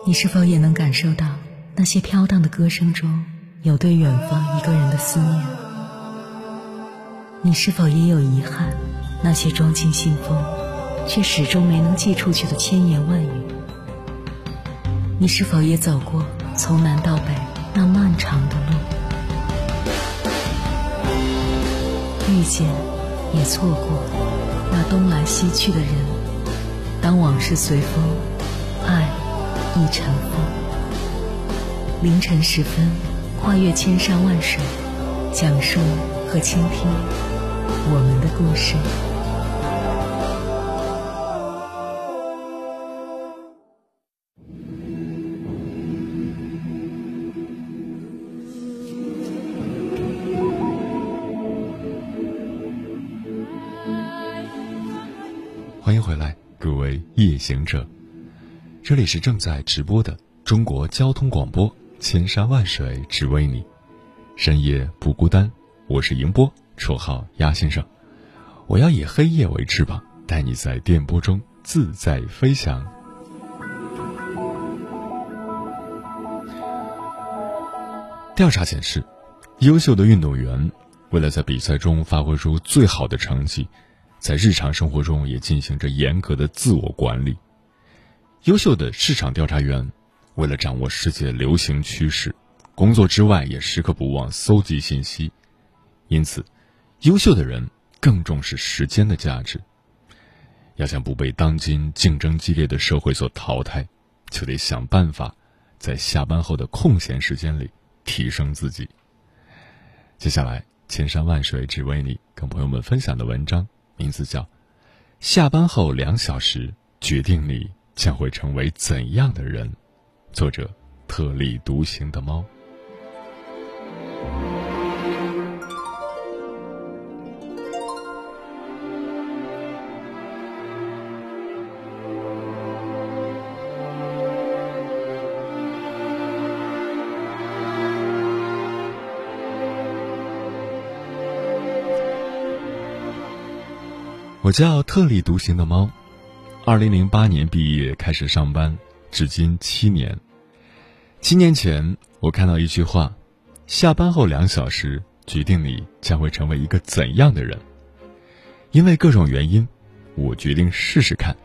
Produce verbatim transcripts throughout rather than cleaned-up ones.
你是否也能感受到那些飘荡的歌声中有对远方一个人的思念？你是否也有遗憾，那些装进信封却始终没能寄出去的千言万语？你是否也走过从南到北那漫长的路？遇见也错过那东来西去的人，当往事随风，爱亦成风。凌晨时分，跨越千山万水，讲述和倾听我们的故事。 欢迎回来，各位夜行者，这里是正在直播的中国交通广播，千山万水只为你，深夜不孤单。我是迎波，绰号鸭先生。我要以黑夜为翅膀，带你在电波中自在飞翔。调查显示，优秀的运动员为了在比赛中发挥出最好的成绩，在日常生活中也进行着严格的自我管理。优秀的市场调查员为了掌握世界流行趋势，工作之外也时刻不忘搜集信息。因此，优秀的人更重视时间的价值。要想不被当今竞争激烈的社会所淘汰，就得想办法在下班后的空闲时间里提升自己。接下来，千山万水只为你跟朋友们分享的文章名字叫《下班后两小时决定你将会成为怎样的人》，作者特立独行的猫。我叫特立独行的猫，二零零八年毕业开始上班，至今七年。七年前，我看到一句话：下班后两小时决定你将会成为一个怎样的人。因为各种原因，我决定试试看。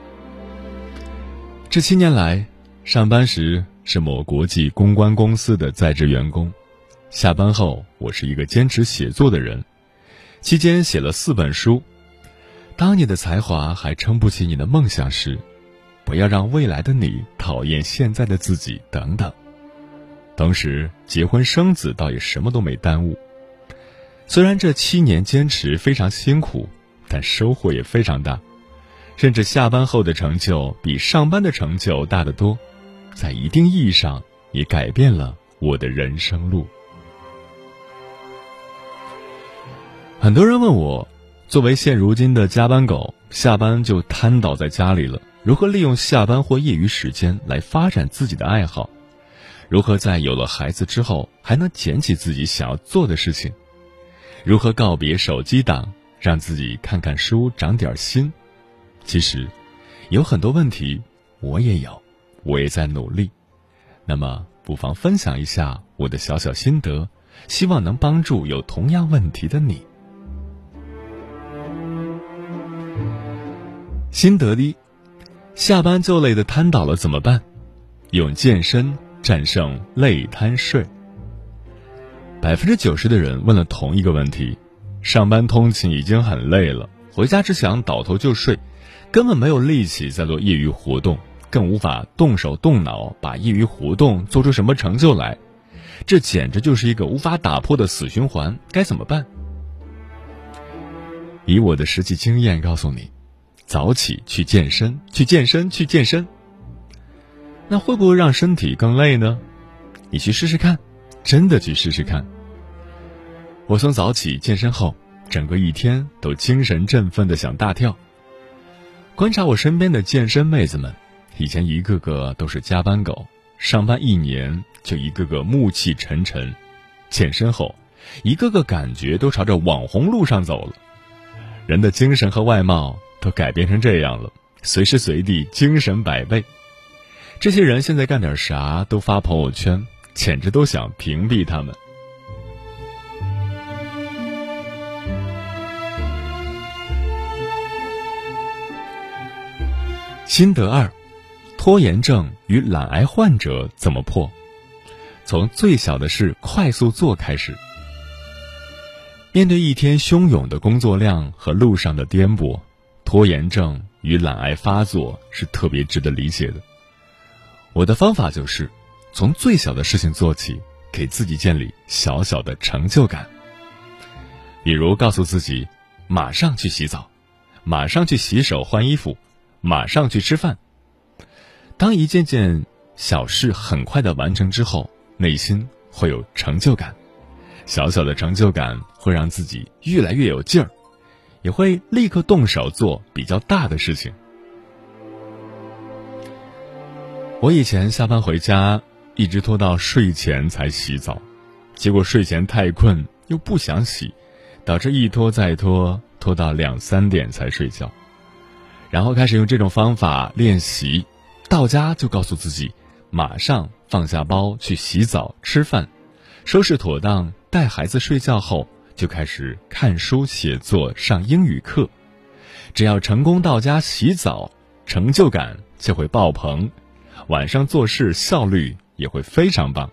这七年来，上班时是某国际公关公司的在职员工，下班后我是一个坚持写作的人，期间写了四本书。当你的才华还撑不起你的梦想时，不要让未来的你讨厌现在的自己等等。同时，结婚生子倒也什么都没耽误。虽然这七年坚持非常辛苦，但收获也非常大，甚至下班后的成就比上班的成就大得多，在一定意义上也改变了我的人生路。很多人问我，作为现如今的加班狗，下班就瘫倒在家里了，如何利用下班或业余时间来发展自己的爱好？如何在有了孩子之后还能捡起自己想要做的事情？如何告别手机党，让自己看看书长点心？其实有很多问题我也有，我也在努力。那么不妨分享一下我的小小心得，希望能帮助有同样问题的你。心得一：下班就累得瘫倒了怎么办？用健身战胜累瘫睡。百分之九十的人问了同一个问题：上班通勤已经很累了，回家只想倒头就睡，根本没有力气再做业余活动，更无法动手动脑把业余活动做出什么成就来，这简直就是一个无法打破的死循环，该怎么办？以我的实际经验告诉你，早起去健身，去健身，去健身。那会不会让身体更累呢？你去试试看，真的去试试看。我从早起健身后，整个一天都精神振奋地想大跳。观察我身边的健身妹子们，以前一个个都是加班狗，上班一年就一个个暮气沉沉，健身后，一个个感觉都朝着网红路上走了。人的精神和外貌都改变成这样了，随时随地精神百倍。 这些人现在干点啥都发朋友圈，简直都想屏蔽他们。心得二，拖延症与懒癌患者怎么破？从最小的事快速做开始。面对一天汹涌的工作量和路上的颠簸，拖延症与懒癌发作是特别值得理解的。我的方法就是从最小的事情做起，给自己建立小小的成就感。比如告诉自己马上去洗澡，马上去洗手换衣服，马上去吃饭。当一件件小事很快的完成之后，内心会有成就感，小小的成就感会让自己越来越有劲儿，也会立刻动手做比较大的事情。我以前下班回家一直拖到睡前才洗澡，结果睡前太困又不想洗，导致一拖再拖，拖到两三点才睡觉。然后开始用这种方法练习，到家就告诉自己马上放下包去洗澡吃饭，收拾妥当带孩子睡觉后就开始看书写作上英语课。只要成功到家洗澡，成就感就会爆棚，晚上做事效率也会非常棒。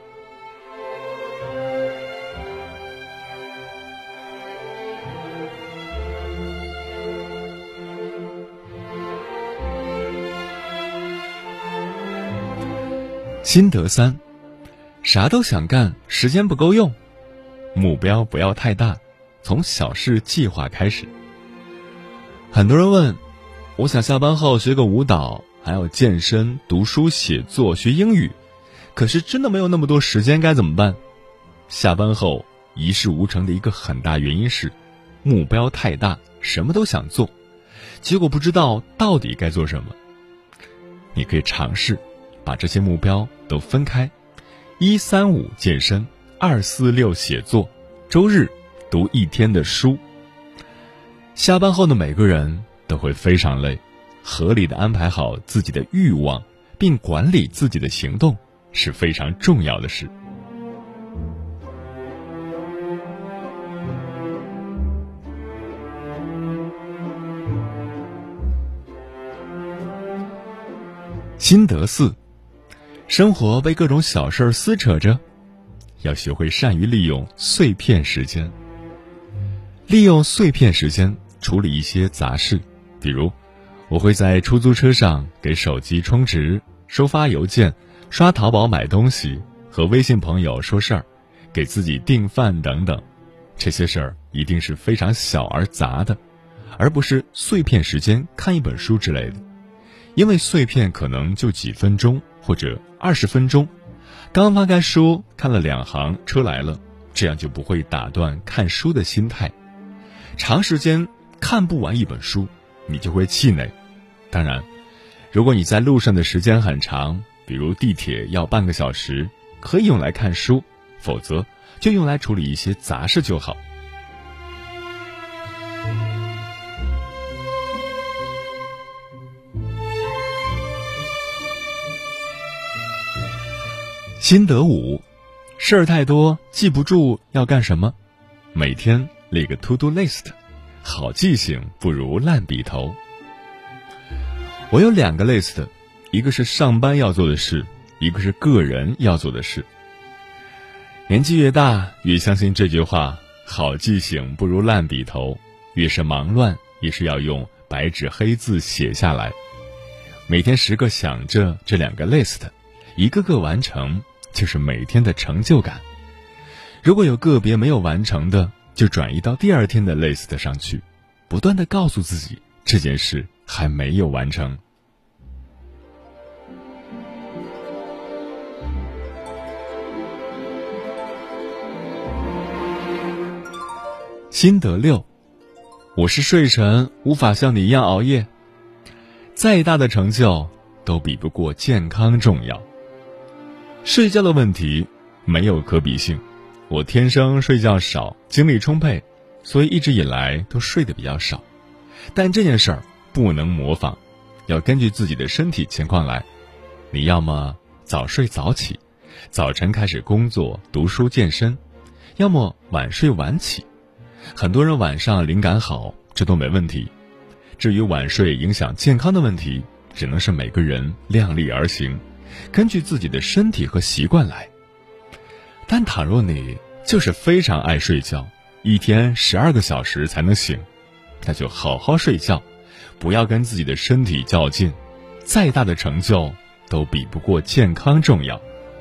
心得三，啥都想干，时间不够用。目标不要太大，从小事计划开始。很多人问，我想下班后学个舞蹈，还要健身、读书、写作、学英语，可是真的没有那么多时间，该怎么办？下班后一事无成的一个很大原因是目标太大，什么都想做，结果不知道到底该做什么。你可以尝试把这些目标都分开，一三五健身，二四六写作，周日读一天的书。下班后的每个人都会非常累，合理的安排好自己的欲望，并管理自己的行动是非常重要的事。心得四，生活被各种小事撕扯着，要学会善于利用碎片时间。利用碎片时间处理一些杂事，比如我会在出租车上给手机充值、收发邮件、刷淘宝买东西、和微信朋友说事儿、给自己订饭等等。这些事儿一定是非常小而杂的，而不是碎片时间看一本书之类的。因为碎片可能就几分钟或者二十分钟，刚翻开书看了两行，车来了，这样就不会打断看书的心态。长时间看不完一本书，你就会气馁。当然，如果你在路上的时间很长，比如地铁要半个小时，可以用来看书，否则就用来处理一些杂事就好。心得五，事儿太多记不住要干什么，每天列个 to do list， 好记性不如烂笔头。我有两个 list， 一个是上班要做的事，一个是个人要做的事。年纪越大，越相信这句话，好记性不如烂笔头，越是忙乱也是要用白纸黑字写下来。每天时刻想着这两个 list， 一个个完成，就是每天的成就感。如果有个别没有完成的，就转移到第二天的 list 上去，不断地告诉自己这件事还没有完成。心得六，我是睡神，无法像你一样熬夜。再大的成就都比不过健康重要。睡觉的问题没有可比性，我天生睡觉少，精力充沛，所以一直以来都睡得比较少。但这件事儿不能模仿，要根据自己的身体情况来。 你要么早睡早起，早晨开始工作、读书、健身，要么晚睡晚起。很多人晚上灵感好，这都没问题。至于晚睡影响健康的问题，只能是每个人量力而行，根据自己的身体和习惯来。但倘若你就是非常爱睡觉，一天十二个小时才能醒，那就好好睡觉，不要跟自己的身体较劲，再大的成就都比不过健康重要。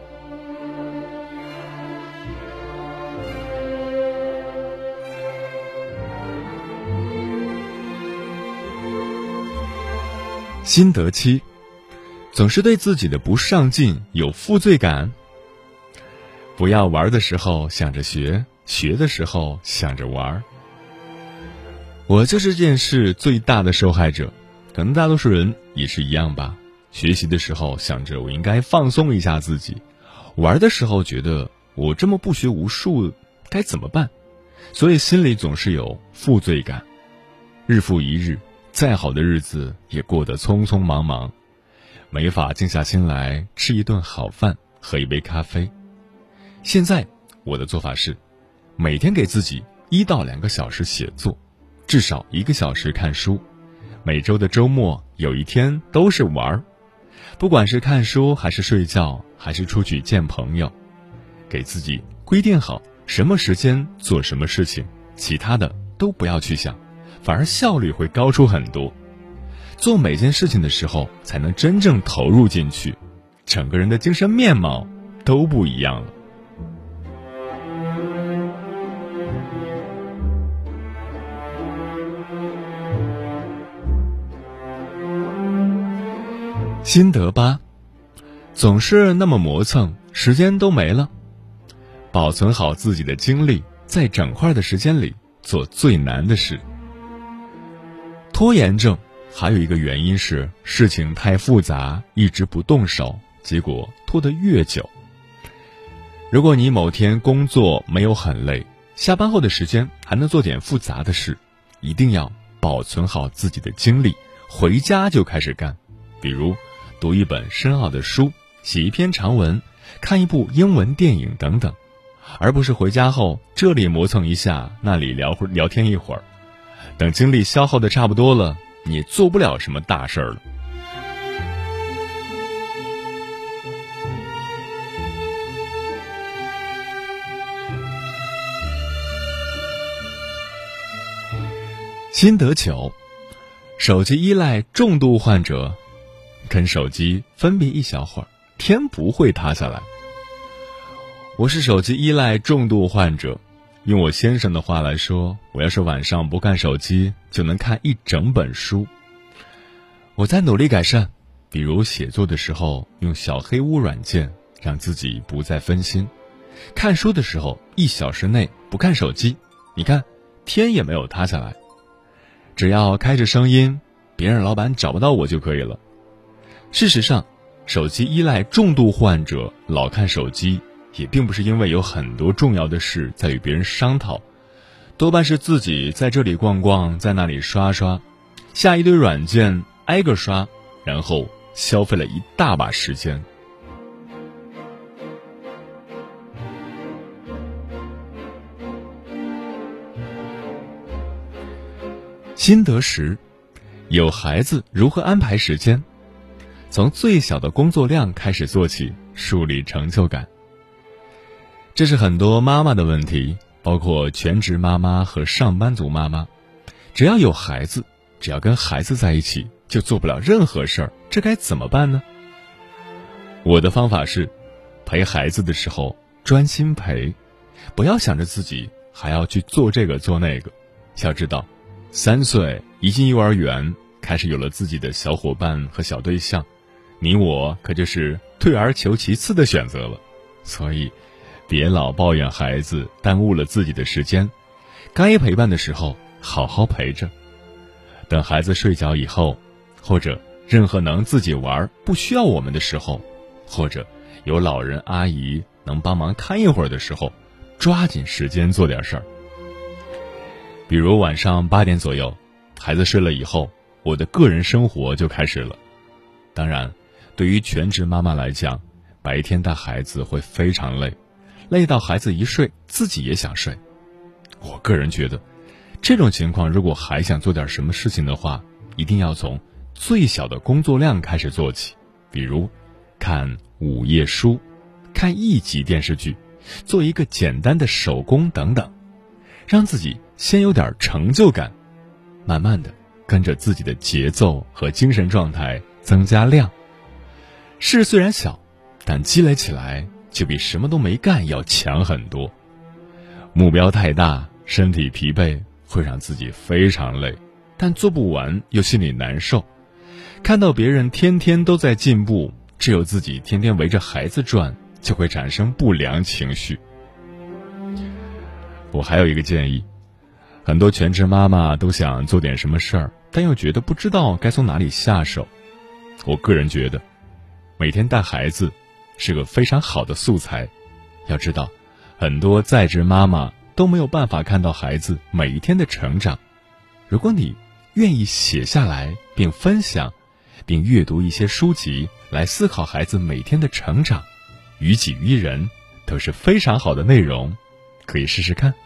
心得七，总是对自己的不上进有负罪感。不要玩的时候想着学，学的时候想着玩。我就是这件事最大的受害者，可能大多数人也是一样吧。学习的时候想着我应该放松一下自己，玩的时候觉得我这么不学无术该怎么办，所以心里总是有负罪感。日复一日，再好的日子也过得匆匆忙忙，没法静下心来吃一顿好饭，喝一杯咖啡。现在我的做法是，每天给自己一到两个小时写作，至少一个小时看书，每周的周末有一天都是玩儿，不管是看书还是睡觉还是出去见朋友，给自己规定好什么时间做什么事情，其他的都不要去想，反而效率会高出很多。做每件事情的时候才能真正投入进去，整个人的精神面貌都不一样了。心得八，总是那么磨蹭，时间都没了。保存好自己的精力，在整块的时间里做最难的事。拖延症还有一个原因是事情太复杂，一直不动手，结果拖得越久。如果你某天工作没有很累，下班后的时间还能做点复杂的事，一定要保存好自己的精力，回家就开始干。比如读一本深奥的书，写一篇长文，看一部英文电影等等，而不是回家后这里磨蹭一下，那里聊会聊天一会儿，等精力消耗的差不多了，你也做不了什么大事儿了。心得九，手机依赖重度患者，跟手机分别一小会儿，天不会塌下来。我是手机依赖重度患者，用我先生的话来说，我要是晚上不看手机，就能看一整本书。我在努力改善，比如写作的时候用小黑屋软件，让自己不再分心。看书的时候一小时内不看手机，你看天也没有塌下来。只要开着声音，别人老板找不到我就可以了。事实上，手机依赖重度患者老看手机，也并不是因为有很多重要的事在与别人商讨，多半是自己在这里逛逛，在那里刷刷，下一堆软件挨个刷，然后消费了一大把时间。心得十，有孩子如何安排时间？从最小的工作量开始做起，树立成就感。这是很多妈妈的问题，包括全职妈妈和上班族妈妈。只要有孩子，只要跟孩子在一起，就做不了任何事儿，这该怎么办呢？我的方法是，陪孩子的时候专心陪，不要想着自己还要去做这个做那个。要知道，三岁一进幼儿园，开始有了自己的小伙伴和小对象，你我可就是退而求其次的选择了。所以别老抱怨孩子耽误了自己的时间，该陪伴的时候好好陪着。等孩子睡觉以后，或者任何能自己玩不需要我们的时候，或者有老人阿姨能帮忙看一会儿的时候，抓紧时间做点事儿。比如晚上八点左右，孩子睡了以后，我的个人生活就开始了。当然， 对于全职妈妈来讲，白天带孩子会非常累，累到孩子一睡，自己也想睡。我个人觉得，这种情况如果还想做点什么事情的话，一定要从最小的工作量开始做起，比如看五页书，看一集电视剧，做一个简单的手工等等，让自己先有点成就感，慢慢的跟着自己的节奏和精神状态增加量。事虽然小，但积累起来就比什么都没干要强很多。目标太大，身体疲惫，会让自己非常累，但做不完又心里难受。看到别人天天都在进步，只有自己天天围着孩子转，就会产生不良情绪。我还有一个建议，很多全职妈妈都想做点什么事儿，但又觉得不知道该从哪里下手。我个人觉得，每天带孩子是个非常好的素材。要知道，很多在职妈妈都没有办法看到孩子每一天的成长。如果你愿意写下来并分享，并阅读一些书籍来思考孩子每天的成长，于己于人都是非常好的内容，可以试试看。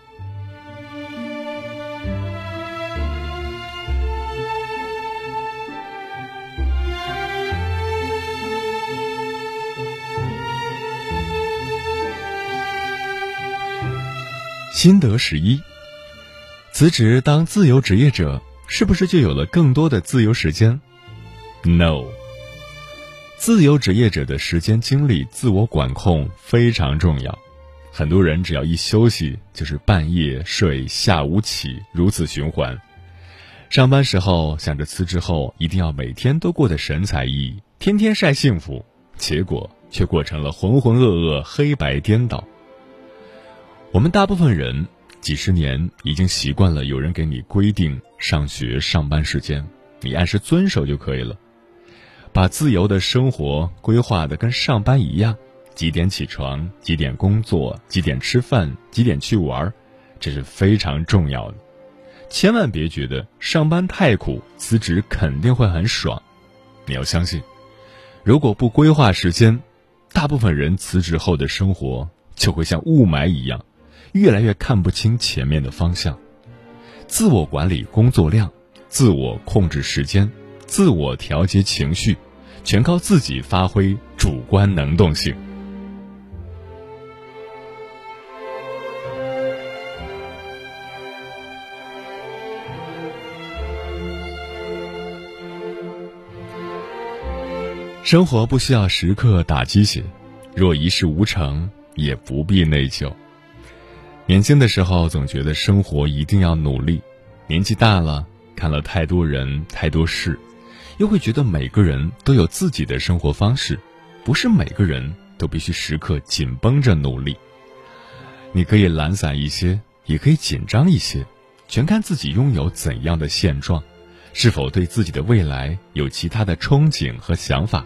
心得十一：辞职当自由职业者，是不是就有了更多的自由时间？ No。 自由职业者的时间精力自我管控非常重要。很多人只要一休息，就是半夜睡，下午起，如此循环。上班时候想着辞职后一定要每天都过得神采奕奕，天天晒幸福，结果却过成了浑浑噩噩，黑白颠倒。我们大部分人几十年已经习惯了有人给你规定上学上班时间，你按时遵守就可以了，把自由的生活规划得跟上班一样，几点起床，几点工作，几点吃饭，几点去玩，这是非常重要的。千万别觉得上班太苦，辞职肯定会很爽。你要相信，如果不规划时间，大部分人辞职后的生活就会像雾霾一样，越来越看不清前面的方向。自我管理工作量，自我控制时间，自我调节情绪，全靠自己发挥主观能动性。生活不需要时刻打鸡血，若一事无成，也不必内疚。年轻的时候总觉得生活一定要努力，年纪大了，看了太多人太多事，又会觉得每个人都有自己的生活方式，不是每个人都必须时刻紧绷着努力。你可以懒散一些，也可以紧张一些，全看自己拥有怎样的现状，是否对自己的未来有其他的憧憬和想法。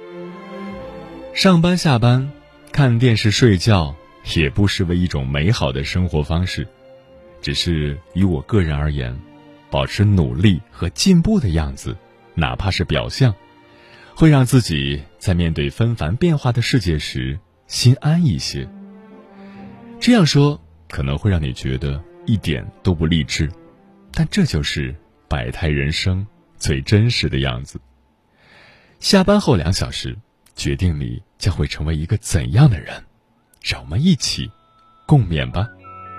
上班下班，看电视睡觉，也不失为一种美好的生活方式。只是于我个人而言，保持努力和进步的样子，哪怕是表象，会让自己在面对纷繁变化的世界时心安一些。这样说可能会让你觉得一点都不励志，但这就是百态人生最真实的样子。下班后两小时，决定你将会成为一个怎样的人，让我们一起共勉吧。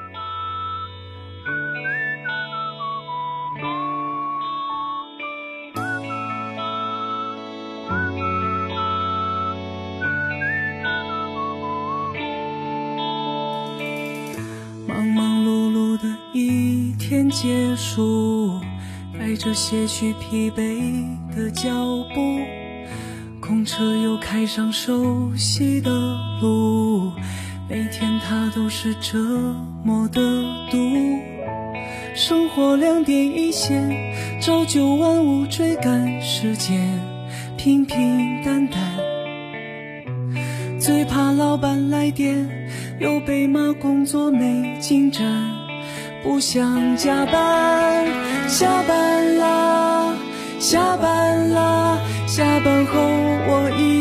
忙忙碌碌的一天结束，带着些许疲惫的脚步，空车又开上熟悉的路，每天它都是折磨的毒。生活两点一线，朝九晚五追赶时间，平平淡淡。最怕老板来电，又被骂工作没进展，不想加班。下班啦，下班啦，下班后我一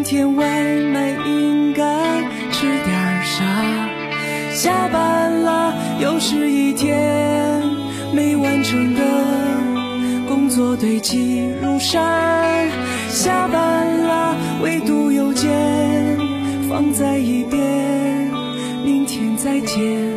天外卖应该吃点啥。下班了，又是一天没完成的工作堆积如山。下班了，唯独邮件放在一边，明天再见。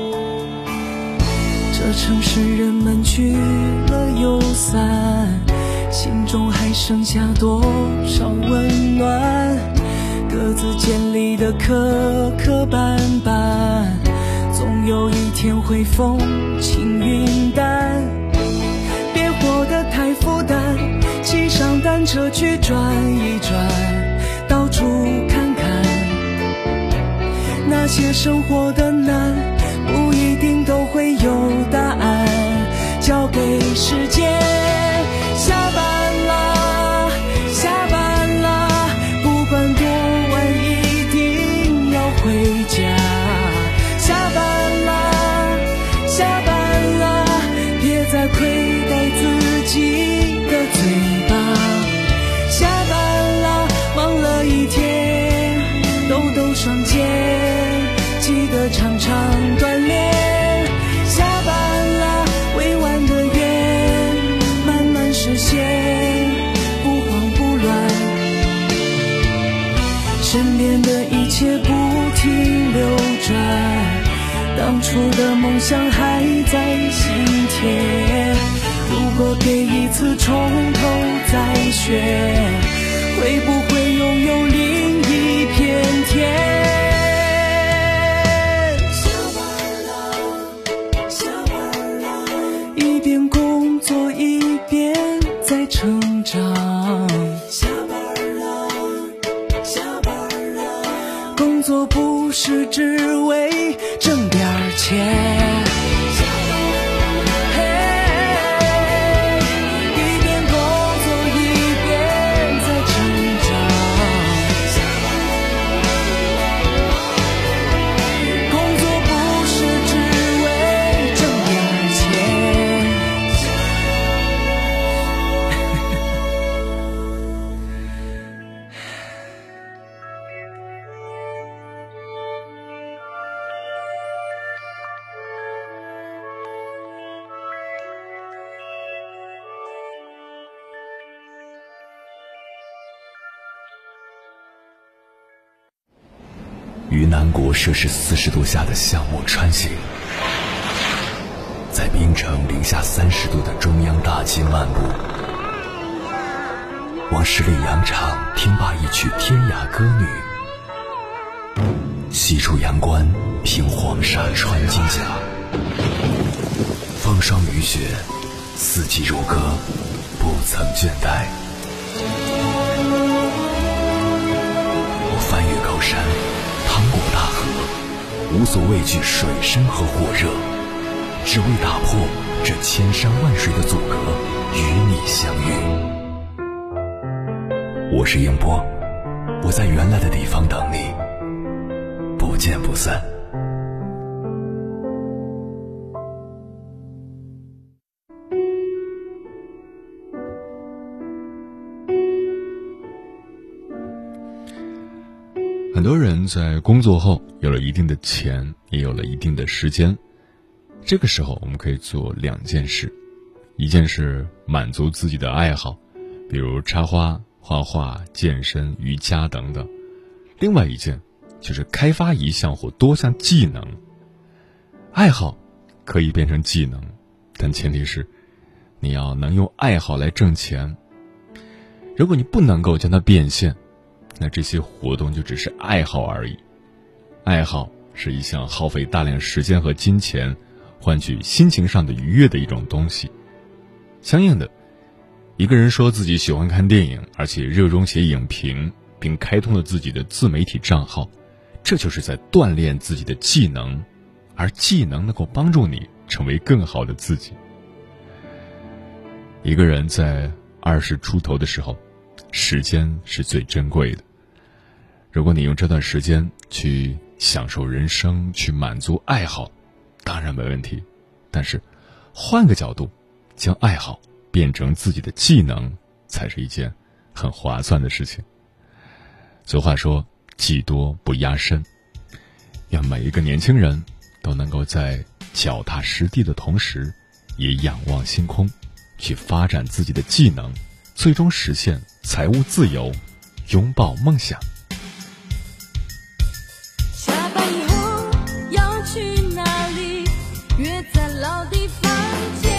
这城市人们去了又散，心中还剩下多少温暖？各自建立的磕磕绊绊，总有一天会风轻云淡。别活得太负担，骑上单车去转一转，到处看看。那些生活的难，不一定都会有答案，交给时间。下班了，下班了，不管多晚一定要回家。下班了，下班了，别再亏待自己的嘴巴。下班了，忙了一天，抖抖双肩，记得常常锻炼。下班了，未完的愿慢慢实现，不慌不乱。身边的一切不停流转，当初的梦想还在心田。如果给一次从头再选，会不会拥有另一片天？一边工作一边在成长。下班了，下班了，工作不是只为挣点钱。 于南国摄氏四十度下的项目穿行，在冰城零下三十度的中央大街漫步，往十里洋场听罢一曲天涯歌女，西出阳关凭黄沙穿金甲，风霜雨雪，四季如歌，不曾倦怠。我翻越高山，趟过大河，无所畏惧水深和火热，只为打破这千山万水的阻隔，与你相遇。我是英波，我在原来的地方等你，不见不散。 很多人在工作后有了一定的钱，也有了一定的时间，这个时候我们可以做两件事。一件是满足自己的爱好，比如插花、画画、健身、瑜伽等等。另外一件就是开发一项或多项技能。爱好可以变成技能，但前提是你要能用爱好来挣钱。如果你不能够将它变现，那这些活动就只是爱好而已。爱好是一项耗费大量时间和金钱，换取心情上的愉悦的一种东西。相应的，一个人说自己喜欢看电影，而且热衷写影评，并开通了自己的自媒体账号，这就是在锻炼自己的技能，而技能能够帮助你成为更好的自己。一个人在二十出头的时候，时间是最珍贵的。如果你用这段时间去享受人生，去满足爱好，当然没问题。但是换个角度，将爱好变成自己的技能，才是一件很划算的事情。 俗话说，技多不压身。愿每一个年轻人都能够在脚踏实地的同时，也仰望星空，去发展自己的技能，最终实现财务自由，拥抱梦想。 下班以后要去哪里？约在老地方见